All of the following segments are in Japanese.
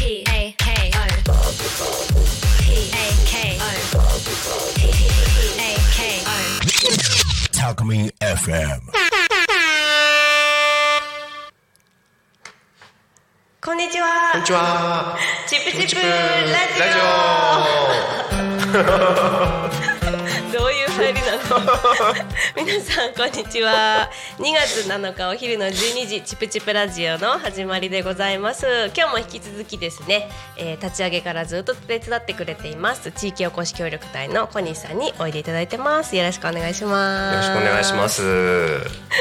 Talkme FM。 こんにちは。 こんにちは。 チプチプラジオ。どういう入りなの？皆さんこんにちは。2月7日お昼の12時、チプチプラジオの始まりでございます。今日も引き続きですね、立ち上げからずっと手伝ってくれています地域おこし協力隊の小西さんにおいでいただいてます。よろしくお願いします。 よろしくお願いします。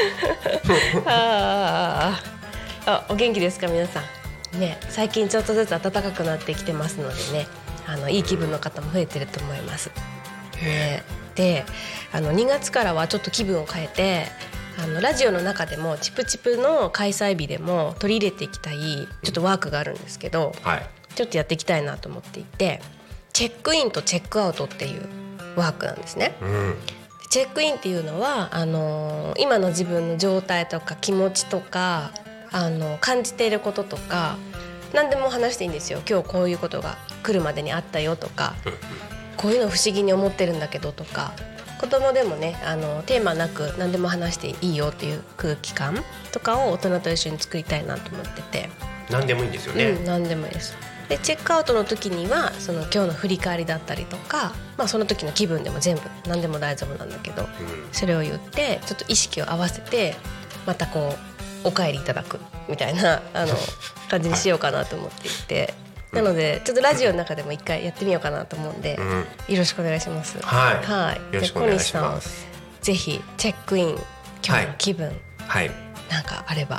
お元気ですか皆さんね。最近ちょっとずつ暖かくなってきてますのでね、いい気分の方も増えてると思います、ね。で2月からはちょっと気分を変えてラジオの中でもチプチプの開催日でも取り入れていきたいちょっとワークがあるんですけど、ちょっとやっていきたいなと思っていて、チェックインとチェックアウトっていうワークなんですね、チェックインっていうのは今の自分の状態とか気持ちとか感じていることとか何でも話していいんですよ。今日こういうことが来るまでにあったよとか、こういうの不思議に思ってるんだけどとか、子供でもねテーマなく何でも話していいよっていう空気感とかを大人と一緒に作りたいなと思ってて。 何でもいいんですよね。 何でもいいです。でチェックアウトの時にはその今日の振り返りだったりとか、その時の気分でも全部何でも大丈夫なんだけど、それを言ってちょっと意識を合わせてまたこうお帰りいただくみたいな感じにしようかなと思っていて、なのでちょっとラジオの中でも一回やってみようかなと思うんで、よろしくお願いします。 よろしくお願いします。 ぜひチェックイン、今日の気分、なんかあれば。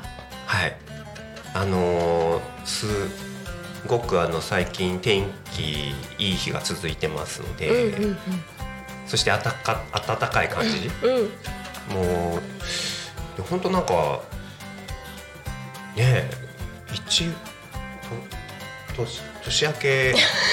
すごく最近天気いい日が続いてますので、そして暖かい感じ、もう本当なんかね、年明け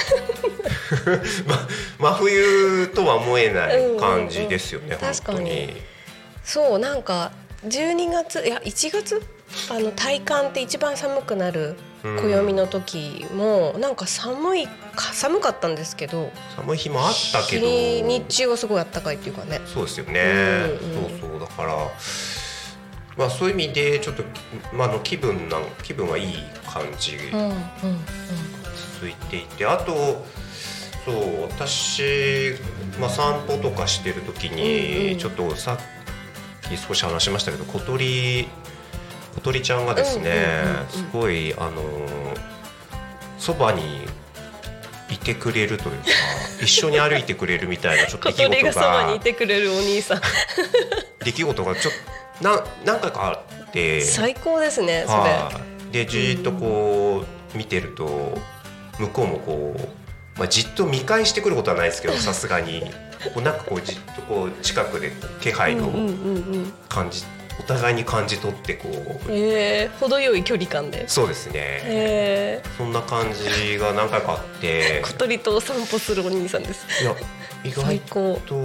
真冬とは思えない感じですよね。 確かにそう。なんか12月いや1月体感って一番寒くなる暦の時もなんか寒かったんですけど、 寒い日もあったけど日中はすごい暖かいっていうかね。 そうですよね、そうだからそういう意味でちょっと、気分はいい感じ続いていて、あとそう私、散歩とかしてる時に、ちょっとさっき少し話しましたけど小鳥ちゃんがですね、すごいそばにいてくれるというか一緒に歩いてくれるみたいなちょっと出来事が小鳥がそばにいてくれるお兄さん出来事がちょっと何回かあって、 最高ですねそれ。 でじーっとこう見てると向こうもこう、じっと見返してくることはないですけど、さすがになんかこうじっとこう近くで気配を感じ、お互いに感じ取ってこう、 程よい距離感で。 そうですね、そんな感じが何回かあって小鳥とお散歩するお兄さんです。 いや意外と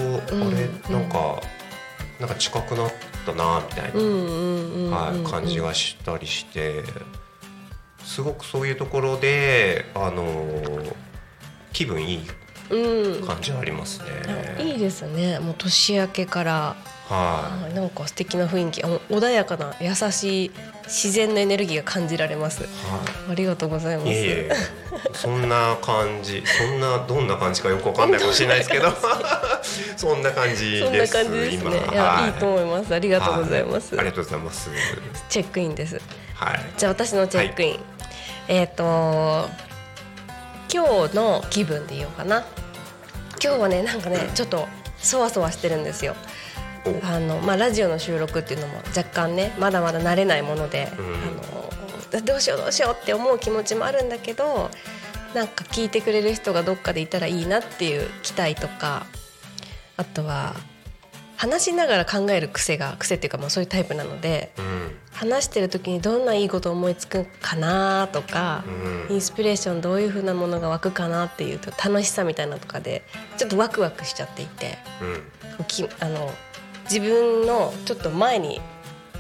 なんか近くなったなみたいな感じがしたりして、すごくそういうところで気分いい感じありますね。 いいですね。もう年明けからなんか素敵な雰囲気、穏やかな優しい自然のエネルギーが感じられます、ありがとうございます。 そんな感じ、どんな感じかよくわかんないかもしれないですけどそんな感じです。 そんな感じですね。いいと思います。ありがとうございます。 ありがとうございます。 チェックインです。じゃあ私のチェックイン、今日の気分で言おうかな。今日はねなんかねちょっとそわそわしてるんですよ。ラジオの収録っていうのも若干ねまだまだ慣れないもので、どうしようって思う気持ちもあるんだけど、なんか聞いてくれる人がどっかでいたらいいなっていう期待とか、あとは話しながら考える癖っていうか、そういうタイプなので、話してる時にどんないいこと思いつくかなとか、インスピレーションどういう風なものが湧くかなっていう楽しさみたいなのとかでちょっとワクワクしちゃっていて、自分のちょっと前に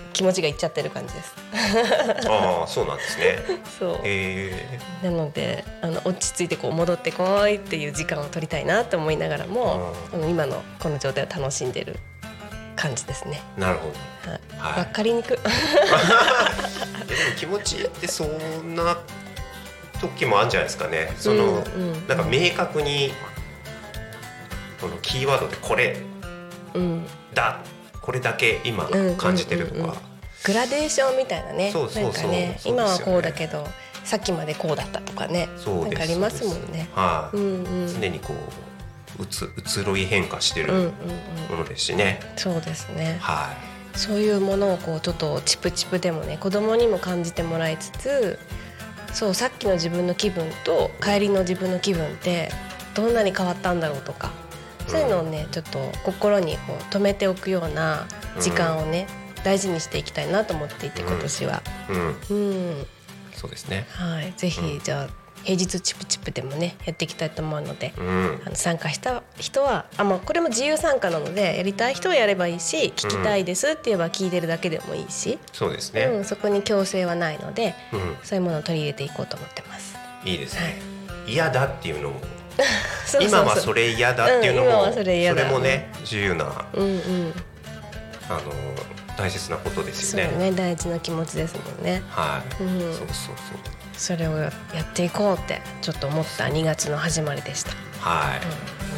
気持ちがいっちゃってる感じです。 ああ、そうなんですね。 そうなので落ち着いてこう戻ってこいっていう時間を取りたいなと思いながらも、今のこの状態を楽しんでる感じですね。 なるほど、 はい、分かりにくでも気持ちってそんな時もあるんじゃないですかね。なんか明確にこのキーワードでこれだ、これだけ今感じてるとか、 グラデーションみたいなね。 そうそうそう、 なんかね、今はこうだけどさっきまでこうだったとかね、なんかありますもんね。 はい、常にこう移ろい変化してるものですしね。 そうですね。 はい、 そういうものをこうちょっとチプチプでもね、子供にも感じてもらいつつ、そうさっきの自分の気分と帰りの自分の気分ってどんなに変わったんだろうとか、そういうのをねちょっと心にこう止めておくような時間をね、大事にしていきたいなと思っていて、今年は。 そうですね。 はい、ぜひ、じゃあ平日チプチプでもねやっていきたいと思うので、参加した人はこれも自由参加なので、やりたい人はやればいいし、聞きたいですって言えば聞いてるだけでもいいし、 そうですね、 そこに強制はないので、そういうものを取り入れていこうと思ってます。 いいですね、嫌だっていうのも今はそれ嫌だっていうのも、それもね自由な、大切なことですよね。 そうね、大事な気持ちですもんね。 はい、そうそれをやっていこうってちょっと思った2月の始まりでした。 はい、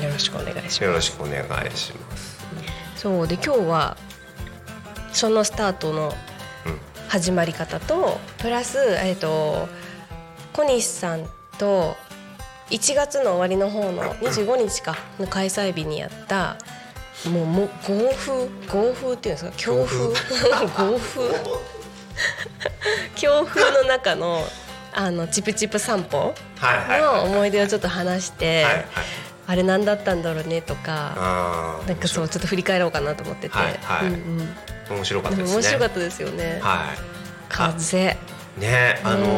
よろしくお願いします。 よろしくお願いします。 そうで、今日はそのスタートの始まり方と、プラス小西さんと1月の終わりの方の25日かの開催日にやったもう豪風っていうんですか、強風豪風強風の中のチプチプ散歩の思い出をちょっと話して、あれ何だったんだろうねとか、なんかそうちょっと振り返ろうかなと思ってて、 面白かったですね。 面白かったですよね。 はい、 風ね、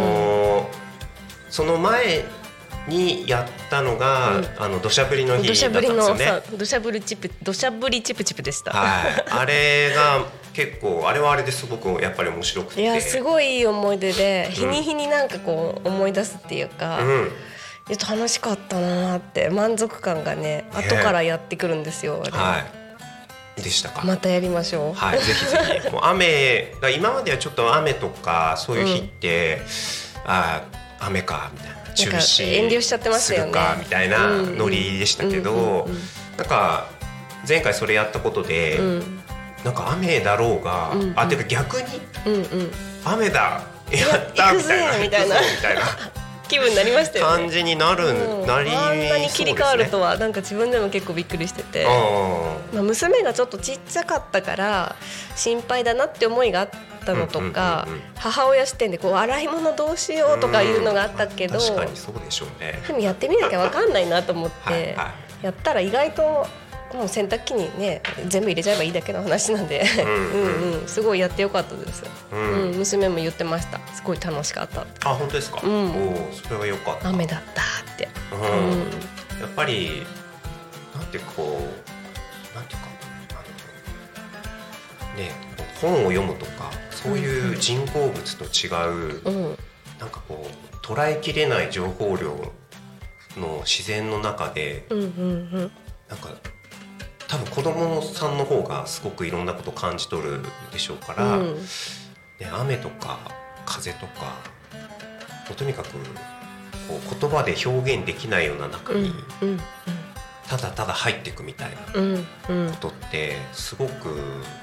その前にやったのが、土砂降りの日だったんですよね。 土砂降りチプチプでした。 はい、あれが結構あれはあれですごくやっぱり面白くて、 いやすごいいい思い出で、日に日になんかこう思い出すっていうか、楽しかったなって満足感がね後からやってくるんですよ。 でしたか。 またやりましょう。 はい、ぜひぜひ。もう雨が今まではちょっと雨とかそういう日って、雨かみたいな。中止遠慮しちゃってましたよね。 するかみたいなノリでしたけど、なんか前回それやったことで、なんか雨だろうが、てか逆に、雨だやったみたいな気分になりましたよね。 感じになりあんなに切り替わるとはなんか自分でも結構びっくりしてて、娘がちょっとちっちゃかったから心配だなって思いがあったのとか、母親視点でこう洗い物どうしようとかいうのがあったけど、 確かにそうでしょうね。 でもやってみなきゃ分かんないなと思ってやったら、意外ともう洗濯機にね全部入れちゃえばいいだけの話なんで、すごいやってよかったです。娘も言ってました。すごい楽しかった。 あ、本当ですか。それは良かった。 雨だったって。 やっぱりなんていうかね、本を読むとかそういう人工物と違う、なんかこう捉えきれない情報量の自然の中で、なんか多分子供さんの方がすごくいろんなことを感じ取るでしょうから、雨とか風とかとにかくこう言葉で表現できないような中に、ただただ入っていくみたいなことってすごく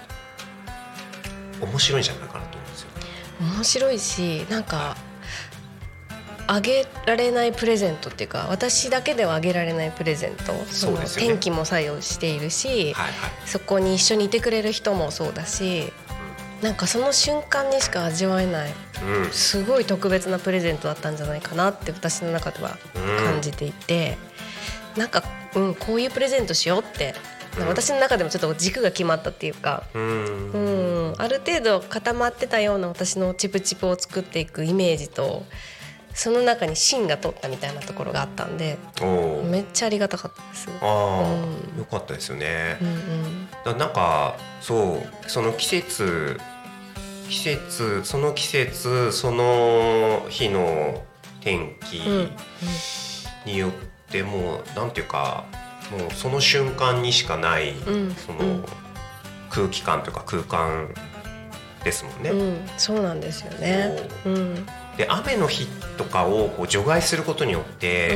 面白いんじゃないかなと思うんですよ。 面白いし、なんかあげられないプレゼントっていうか、私だけではあげられないプレゼント、その天気も作用しているし、そこに一緒にいてくれる人もそうだし、なんかその瞬間にしか味わえない、すごい特別なプレゼントだったんじゃないかなって私の中では感じていて、なんか、こういうプレゼントしようって私の中でもちょっと軸が決まったっていうか、ある程度固まってたような私のチプチプを作っていくイメージと、その中に芯が通ったみたいなところがあったんで、めっちゃありがたかったです。 よかったですよね。なんかその季節その季節その日の天気によってもうなんていうかもうその瞬間にしかない、その空気感というか空間ですもんね、 そうなんですよね。 で雨の日とかをこう除外することによって、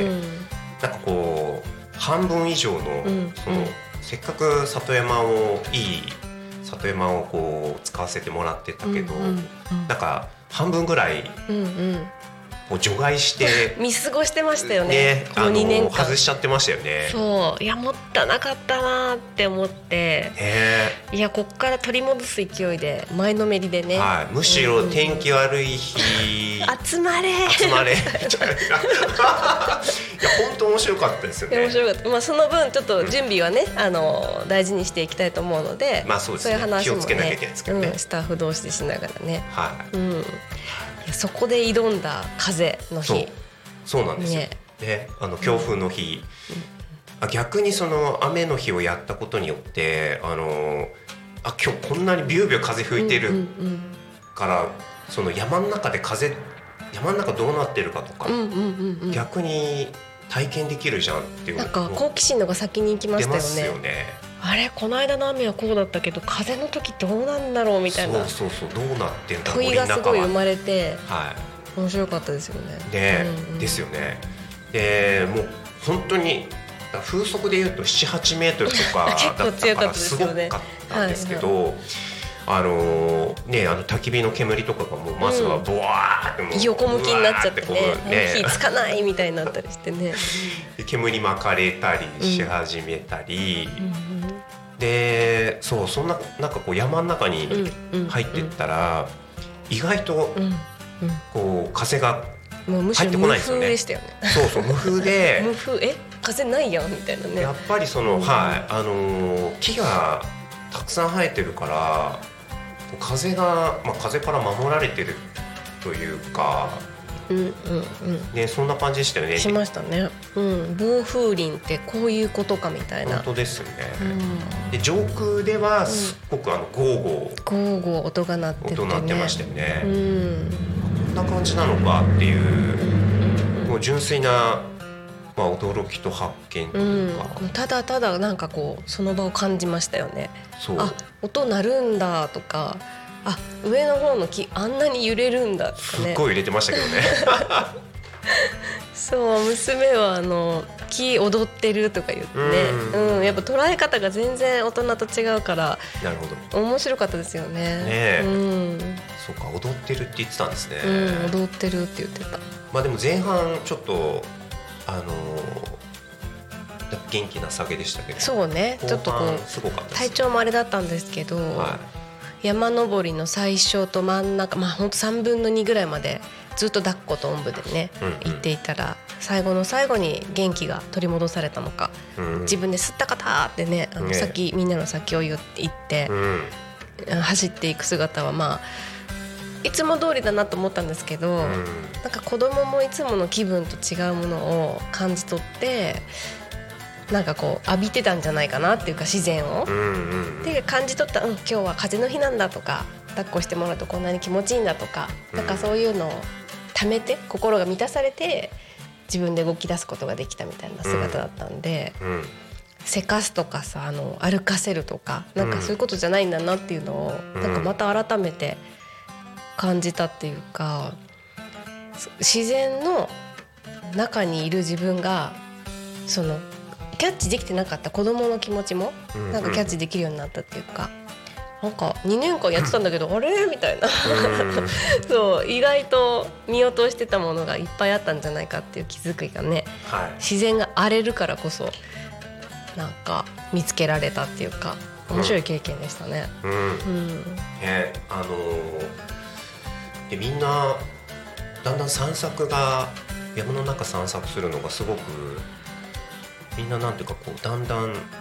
なんかこう半分以上の、そのせっかくいい里山をこう使わせてもらってたけど、なんか半分ぐらいを除外して見過ごしてましたよね。この2年間外しちゃってましたよね。 そういやもったなかったなって思って、いやこっから取り戻す勢いで前のめりでね、 むしろ天気悪い日、 集まれいや本当面白かったですよね。 面白かった。その分ちょっと準備はね、大事にしていきたいと思うので、 そうですね、 そういう話もね、 気をつけなきゃいけないですけどね、 スタッフ同士でしながらね、いやそこで挑んだ風の日、 そうなんですよ、ね、強風の日、逆にその雨の日をやったことによって今日こんなにビュービュー風吹いてるから、その山の中どうなってるかとか、逆に体験できるじゃんっていう、 なんか好奇心のが先に行きましたよね。 出ますよね。 あれこの間の雨はこうだったけど風の時どうなんだろうみたいな、 そうどうなってんだろう、 問いがすごい生まれて、面白かったですよね。 ですよね。でもう本当に風速でいうと 7,8 メートルとかだったからすごかったんですけど、焚き火の煙とかがもうまずはボワーってもう横向きになっちゃってね、火つかないみたいになったりしてね煙巻かれたりし始めたり、でそんななんかこう山の中に入ってったら、意外とこう風が入ってこないですよね。 無風でしたよね。 無風で無風風ないやんみたいなね。 やっぱりその、木がたくさん生えてるから風から守られてるというか、そんな感じでしたよね。 しましたね。暴風林ってこういうことかみたいな。 本当ですよね。で上空ではすっごくゴーゴー音が鳴っててね。 音鳴ってましたよね。こんな感じなのかっていう、もう純粋な驚きと発見というか、 ただただなんかこうその場を感じましたよね。音鳴るんだとか、上の方の木あんなに揺れるんだとかね。 すっごい揺れてましたけどねそう娘は木踊ってるとか言ってね、やっぱ捉え方が全然大人と違うから、 なるほど、 面白かったですよね。 そうか、踊ってるって言ってたんですね。 踊ってるって言ってた。 でも前半ちょっと元気な酒でしたけど、 そうね、ちょっとこうすごかったです、 体調もあれだったんですけど、山登りの最初と真ん中、ほんと3分の2ぐらいまでずっと抱っことおんぶでね、行っていたら最後の最後に元気が取り戻されたのか、自分で吸ったかたってね、みんなの先を言って、走っていく姿はいつも通りだなと思ったんですけど、なんか子供もいつもの気分と違うものを感じ取って、なんかこう浴びてたんじゃないかなっていうか、自然を、で感じ取った、今日は風の日なんだとか、抱っこしてもらうとこんなに気持ちいいんだとか、なんかそういうのを溜めて心が満たされて自分で動き出すことができたみたいな姿だったんで、せかすとかさ、歩かせるとか、なんかそういうことじゃないんだなっていうのを、なんかまた改めて感じたっていうか、自然の中にいる自分がそのキャッチできてなかった子供の気持ちもなんかキャッチできるようになったっていうか、なんか2年間やってたんだけどあれみたいなそう意外と見落としてたものがいっぱいあったんじゃないかっていう気づきがね、自然が荒れるからこそなんか見つけられたっていうか、面白い経験でしたね。 でみんなだんだん山の中散策するのがすごくみんななんていうかこうだんだんなんていうか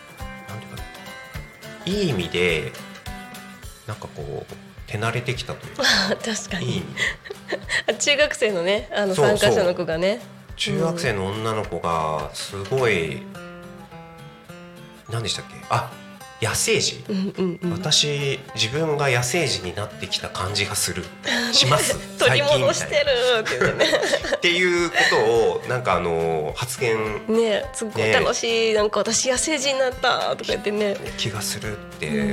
いい意味でなんかこう手慣れてきたというか確かにいい意味中学生のね参加者の子がね、 中学生の女の子がすごい、何でしたっけ、 野生児、私自分が野生児になってきた感じがします取り戻してるっていうねっていうことをなんか発言ね、すごい楽しい、なんか私野生児になったとか言ってね気がするって、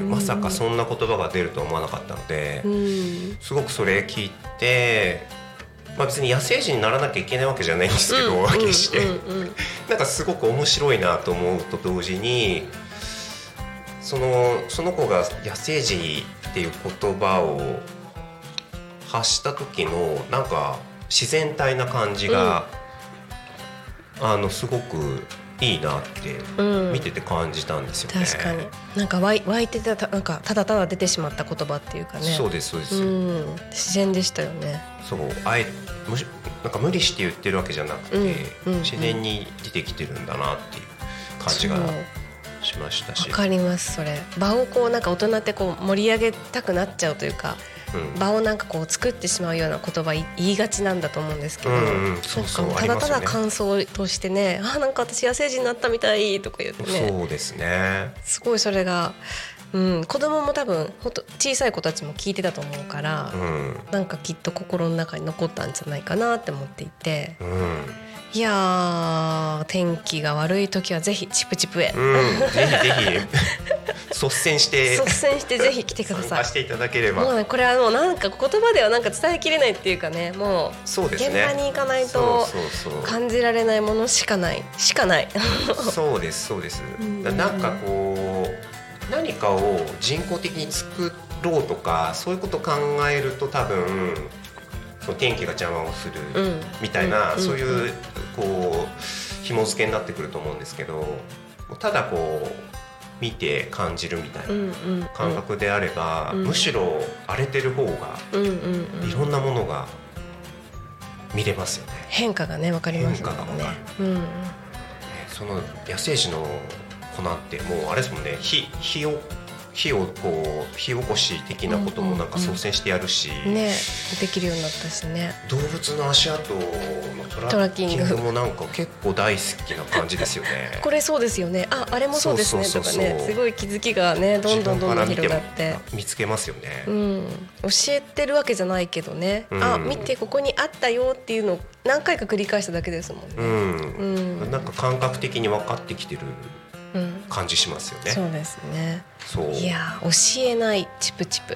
まさかそんな言葉が出るとは思わなかったので、すごくそれ聞いて、別に野生児にならなきゃいけないわけじゃないんですけど、決してなんかすごく面白いなと思うと同時に、その子が野生児っていう言葉を発した時のなんか自然体な感じが、すごくいいなって見てて感じたんですよね。 確かになんか湧いてた、なんかただただ出てしまった言葉っていうかね。 そうですそうです、 自然でしたよね。 そう、なんか無理して言ってるわけじゃなくて、自然に出てきてるんだなっていう感じがしましたし。 わかります。それ場をこうなんか大人ってこう盛り上げたくなっちゃうというか、場をなんかこう作ってしまうような言葉言いがちなんだと思うんですけど、ただただ感想としてね、なんか私野生児になったみたいとか言ってね。 そうですね。 すごいそれが、子供も多分ほんと小さい子たちも聞いてたと思うから、なんかきっと心の中に残ったんじゃないかなって思っていて、いやー、天気が悪い時はぜひチプチプへ、 ぜひぜひ率先してぜひ来てください。 参加していただければ。 もうね、これはもうなんか言葉ではなんか伝えきれないっていうかね、もう現場に行かないと感じられないものしかないそうですそうです。なんかこう何かを人工的に作ろうとかそういうことを考えると多分その天気が邪魔をするみたいな、そういうこう紐付けになってくると思うんですけど、ただこう見て感じるみたいな感覚であれば、むしろ荒れてる方がいろんなものが見れますよね。 変化がね、分かりますよね。 変化が分かる。その野生児の子なんてもうあれですもんね、火をこう火起こし的なこともなんか率先してやるし、 ね、できるようになったしね。 動物の足跡のトラッキングもなんか結構大好きな感じですよね。 これそうですよね、あれもそうですねとかね、すごい気づきがねどんどん広がって見つけますよね。 教えてるわけじゃないけどね、見てここにあったよっていうのを何回か繰り返しただけですもんね。 なんか感覚的に分かってきてる感じしますよね。 そうですね。いや教えないチプチプ、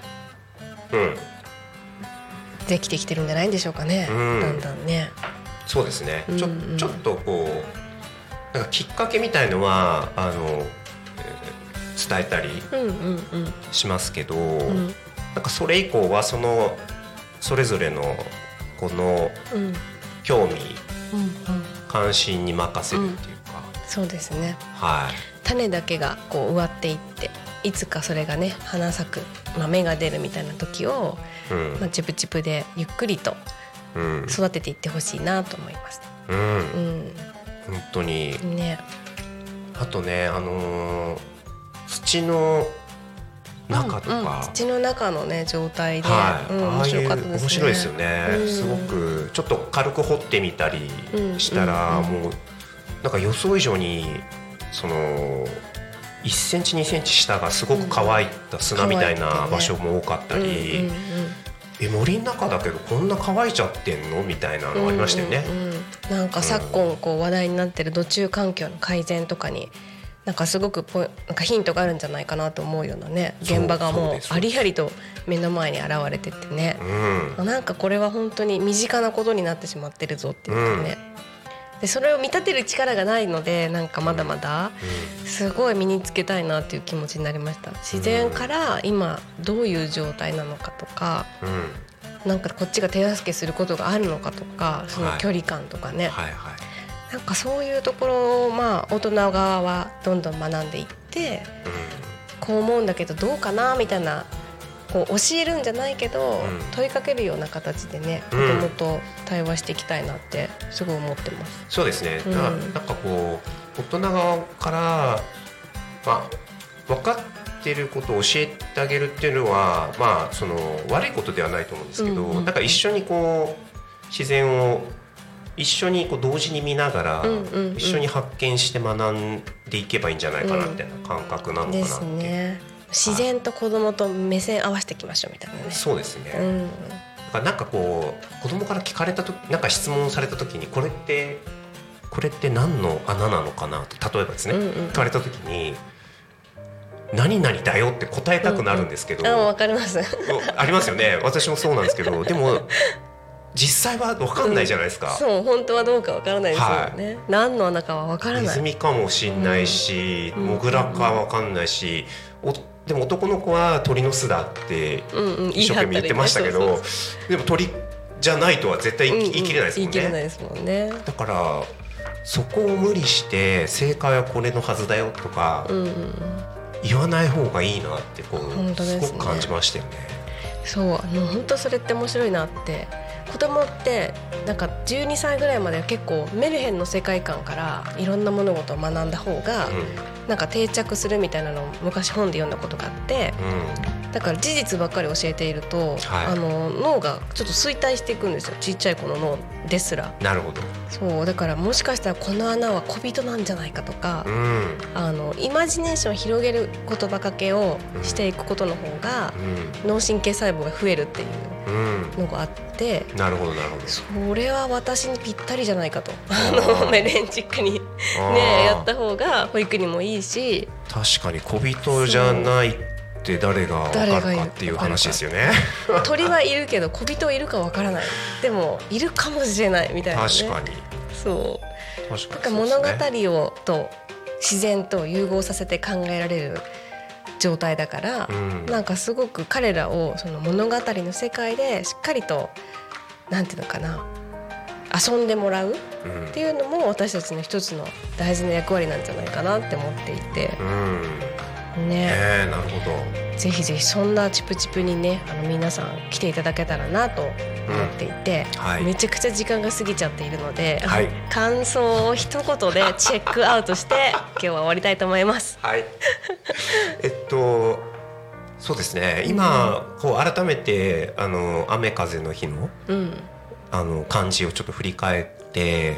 できてきてるんじゃないんでしょうかね、だんだんね。 そうですね、ちょっとこうなんかきっかけみたいのは伝えたりしますけど、なんかそれ以降はそれぞれのこの興味、関心に任せるっていうか、 そうですね、種だけがこう植わっていって、いつかそれがね花咲く、芽が出るみたいな時を、チプチプでゆっくりと育てていってほしいなと思います。 本当にね。 あとね、土の中とか、 土の中のね状態で、面白かったですね。 面白いですよね。すごくちょっと軽く掘ってみたりしたら、もうなんか予想以上にその1センチ2センチ下がすごく乾いた砂みたいな場所も多かったり、森の中だけどこんな乾いちゃってんのみたいなのありましたよね。 なんか昨今こう話題になってる土中環境の改善とかになんかすごくなんかヒントがあるんじゃないかなと思うようなね、現場がもうありありと目の前に現れててね、なんかこれは本当に身近なことになってしまってるぞっていうかね、でそれを見立てる力がないので、なんかまだまだすごい身につけたいなっていう気持ちになりました。自然から今どういう状態なのかとか、なんかこっちが手助けすることがあるのかとか、その距離感とかね、なんかそういうところを大人側はどんどん学んでいって、こう思うんだけどどうかなみたいな、こう教えるんじゃないけど、問いかけるような形でね、子供と対話していきたいなってすごい思ってます。 そうですね、なんかこう大人側から分かってることを教えてあげるっていうのは、その悪いことではないと思うんですけど、なんか一緒にこう自然を一緒にこう同時に見ながら、一緒に発見して学んでいけばいいんじゃないかなみたいな感覚なのかなって、 ですね。自然と子供と目線合わせていきましょうみたいなね。 そうですね、なんかこう子供から聞かれた時、なんか質問された時にこれって何の穴なのかなと、例えばですね、聞かれた時に何々だよって答えたくなるんですけど、 わかりますありますよね。私もそうなんですけど、でも実際は分かんないじゃないですか、 そう本当はどうか分からないですよね、何の穴かは分からない。 ネズミかもしんないし、モグラか分かんないし、でも男の子は鳥の巣だって一生懸命言ってましたけど、でも鳥じゃないとは絶対言い切れないですもんね。 言い切れないですもんね。 だからそこを無理して正解はこれのはずだよとか言わない方がいいなってこうすごく感じましたよね。 そう本当それって面白いなって。子供ってなんか12歳ぐらいまでは結構メルヘンの世界観からいろんな物事を学んだ方がなんか定着するみたいなのを昔本で読んだことがあって、だから事実ばっかり教えていると、脳がちょっと衰退していくんですよ、ちっちゃい子の脳ですら。 なるほど。 そうだからもしかしたらこの穴は小人なんじゃないかとか、イマジネーションを広げる言葉かけをしていくことの方が脳神経細胞が増えるっていうのがあって、 なるほどなるほど。 それは私にぴったりじゃないかとメルヘンチックに、やった方が保育にもいいし。 確かに小人じゃないって誰が分かるかっていう話ですよね。 鳥はいるけど小人いるか分からない、でもいるかもしれないみたいなね。 確かにそうだから物語をと自然と融合させて考えられる状態だから、なんかすごく彼らをその物語の世界でしっかりとなんていうのかな、遊んでもらうっていうのも私たちの一つの大事な役割なんじゃないかなって思っていて、 なるほど。 ぜひぜひそんなチプチプにね皆さん来ていただけたらなと思っていて、めちゃくちゃ時間が過ぎちゃっているので、感想を一言でチェックアウトして今日は終わりたいと思います。 そうですね、今こう改めて雨風の日の、感じをちょっと振り返って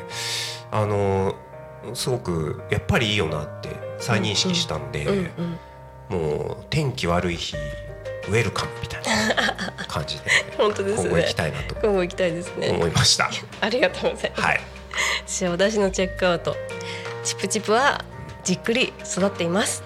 すごくやっぱりいいよなって再認識したんで、もう天気悪い日ウェルカムみたいな感じで本当ですね、 今後行きたいなと今後行きたいですね、 思いました。 ありがとうございます。じゃあ私のチェックアウト、チプチプはじっくり育っています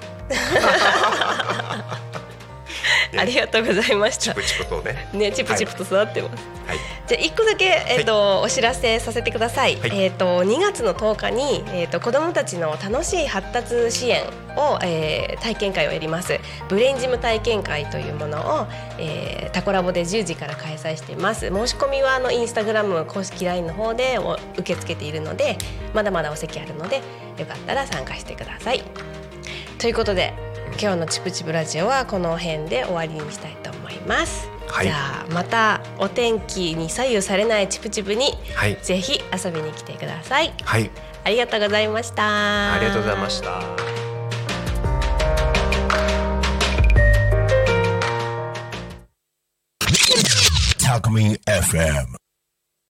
ありがとうございました。 チプチプとね、 チプチプと育ってます。じゃあ1個だけ、お知らせさせてください。2月の10日に、子どもたちの楽しい発達支援を、体験会をやります。ブレインジム体験会というものを、タコラボで10時から開催しています。申し込みはインスタグラム公式 LINE の方で受け付けているので、まだまだお席あるのでよかったら参加してください。ということで今日のチプチプラジオはこの辺で終わりにしたいと思います。じゃあまたお天気に左右されないチプチプに、ぜひ遊びに来てください。ありがとうございました。 ありがとうございました。 Talk Me FM